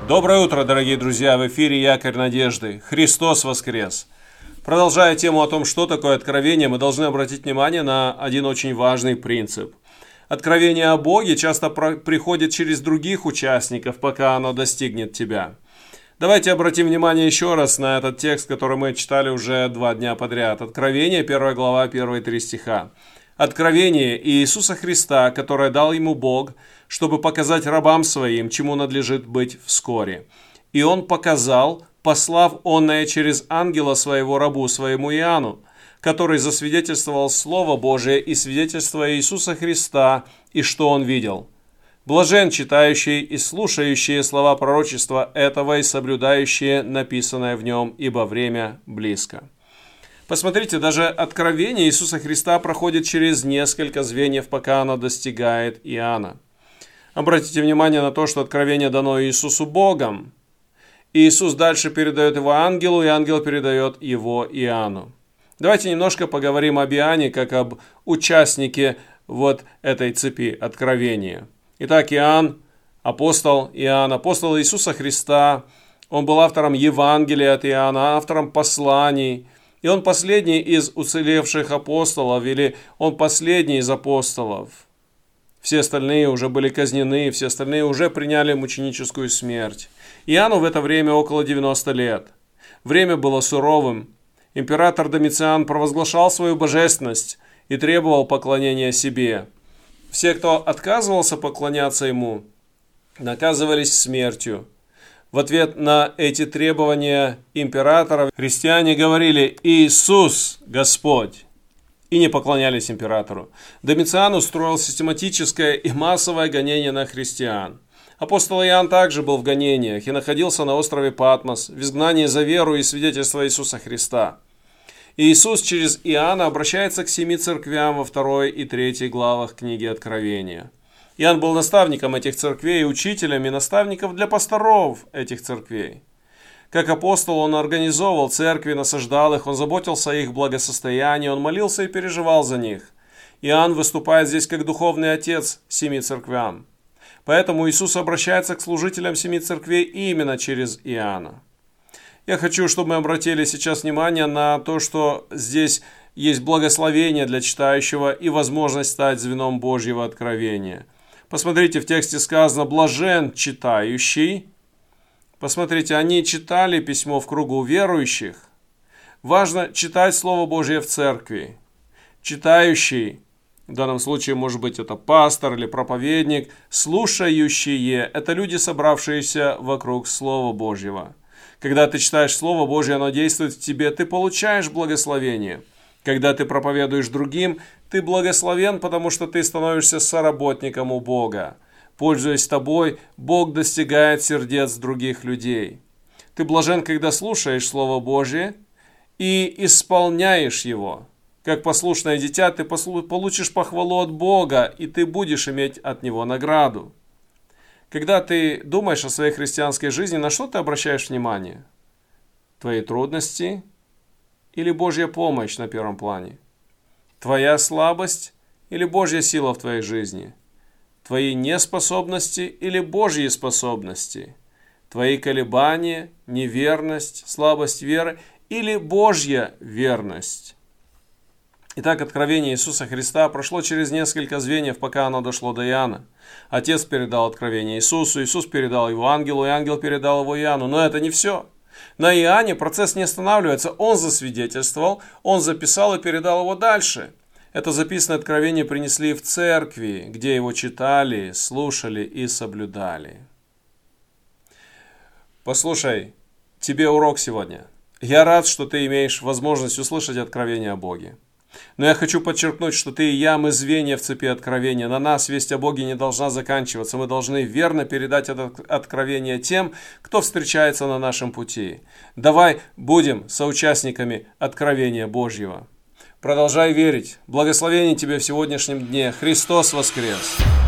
Доброе утро, дорогие друзья! В эфире Якорь Надежды. Христос воскрес! Продолжая тему о том, что такое откровение, мы должны обратить внимание на один очень важный принцип. Откровение о Боге часто приходит через других участников, пока оно достигнет тебя. Давайте обратим внимание еще раз на этот текст, который мы читали уже 2 дня подряд. Откровение, 1 глава, 1-3 стиха. Откровение Иисуса Христа, которое дал ему Бог, чтобы показать рабам своим, чему надлежит быть вскоре. И он показал, послав онное через ангела своего рабу, своему Иоанну, который засвидетельствовал Слово Божие и свидетельство Иисуса Христа, и что он видел. Блажен читающий и слушающие слова пророчества этого и соблюдающие написанное в нем, ибо время близко. Посмотрите, даже откровение Иисуса Христа проходит через несколько звеньев, пока оно достигает Иоанна. Обратите внимание на то, что откровение дано Иисусу Богом. Иисус дальше передает его ангелу, и ангел передает его Иоанну. Давайте немножко поговорим об Иоанне, как об участнике вот этой цепи откровения. Итак, Иоанн, апостол Иоанн, апостол Иисуса Христа, он был автором Евангелия от Иоанна, автором посланий. И он последний из уцелевших апостолов, или он последний из апостолов. Все остальные уже были казнены, все остальные уже приняли мученическую смерть. Иоанну в это время около 90 лет. Время было суровым. Император Домициан провозглашал свою божественность и требовал поклонения себе. Все, кто отказывался поклоняться ему, наказывались смертью. В ответ на эти требования императора христиане говорили «Иисус Господь» и не поклонялись императору. Домициан устроил систематическое и массовое гонение на христиан. Апостол Иоанн также был в гонениях и находился на острове Патмос в изгнании за веру и свидетельство Иисуса Христа. Иисус через Иоанна обращается к 7 церквям во 2 и 3 главах книги Откровения. Иоанн был наставником этих церквей, учителем и наставником для пасторов этих церквей. Как апостол он организовывал церкви, насаждал их, он заботился о их благосостоянии, он молился и переживал за них. Иоанн выступает здесь как духовный отец 7 церквям. Поэтому Иисус обращается к служителям 7 церквей именно через Иоанна. Я хочу, чтобы мы обратили сейчас внимание на то, что здесь есть благословение для читающего и возможность стать звеном Божьего откровения. Посмотрите, в тексте сказано «блажен читающий». Посмотрите, они читали письмо в кругу верующих. Важно читать Слово Божье в церкви. Читающий, в данном случае может быть это пастор или проповедник, слушающие – это люди, собравшиеся вокруг Слова Божьего. Когда ты читаешь Слово Божье, оно действует в тебе, ты получаешь благословение. Когда ты проповедуешь другим, ты благословен, потому что ты становишься соработником у Бога. Пользуясь тобой, Бог достигает сердец других людей. Ты блажен, когда слушаешь Слово Божье и исполняешь его. Как послушное дитя, ты получишь похвалу от Бога, и ты будешь иметь от Него награду. Когда ты думаешь о своей христианской жизни, на что ты обращаешь внимание? Твои трудности или Божья помощь на первом плане? Твоя слабость или Божья сила в твоей жизни? Твои неспособности или Божьи способности? Твои колебания, неверность, слабость веры или Божья верность? Итак, откровение Иисуса Христа прошло через несколько звеньев, пока оно дошло до Иоанна. Отец передал откровение Иисусу, Иисус передал его ангелу, и ангел передал его Иоанну. Но это не все. На Иоанне процесс не останавливается. Он засвидетельствовал, он записал и передал его дальше. Это записанное откровение принесли в церкви, где его читали, слушали и соблюдали. Послушай, тебе урок сегодня. Я рад, что ты имеешь возможность услышать откровение о Боге. Но я хочу подчеркнуть, что ты и я, мы звенья в цепи откровения. На нас весть о Боге не должна заканчиваться. Мы должны верно передать это откровение тем, кто встречается на нашем пути. Давай будем соучастниками откровения Божьего. Продолжай верить. Благословение тебе в сегодняшнем дне. Христос воскрес!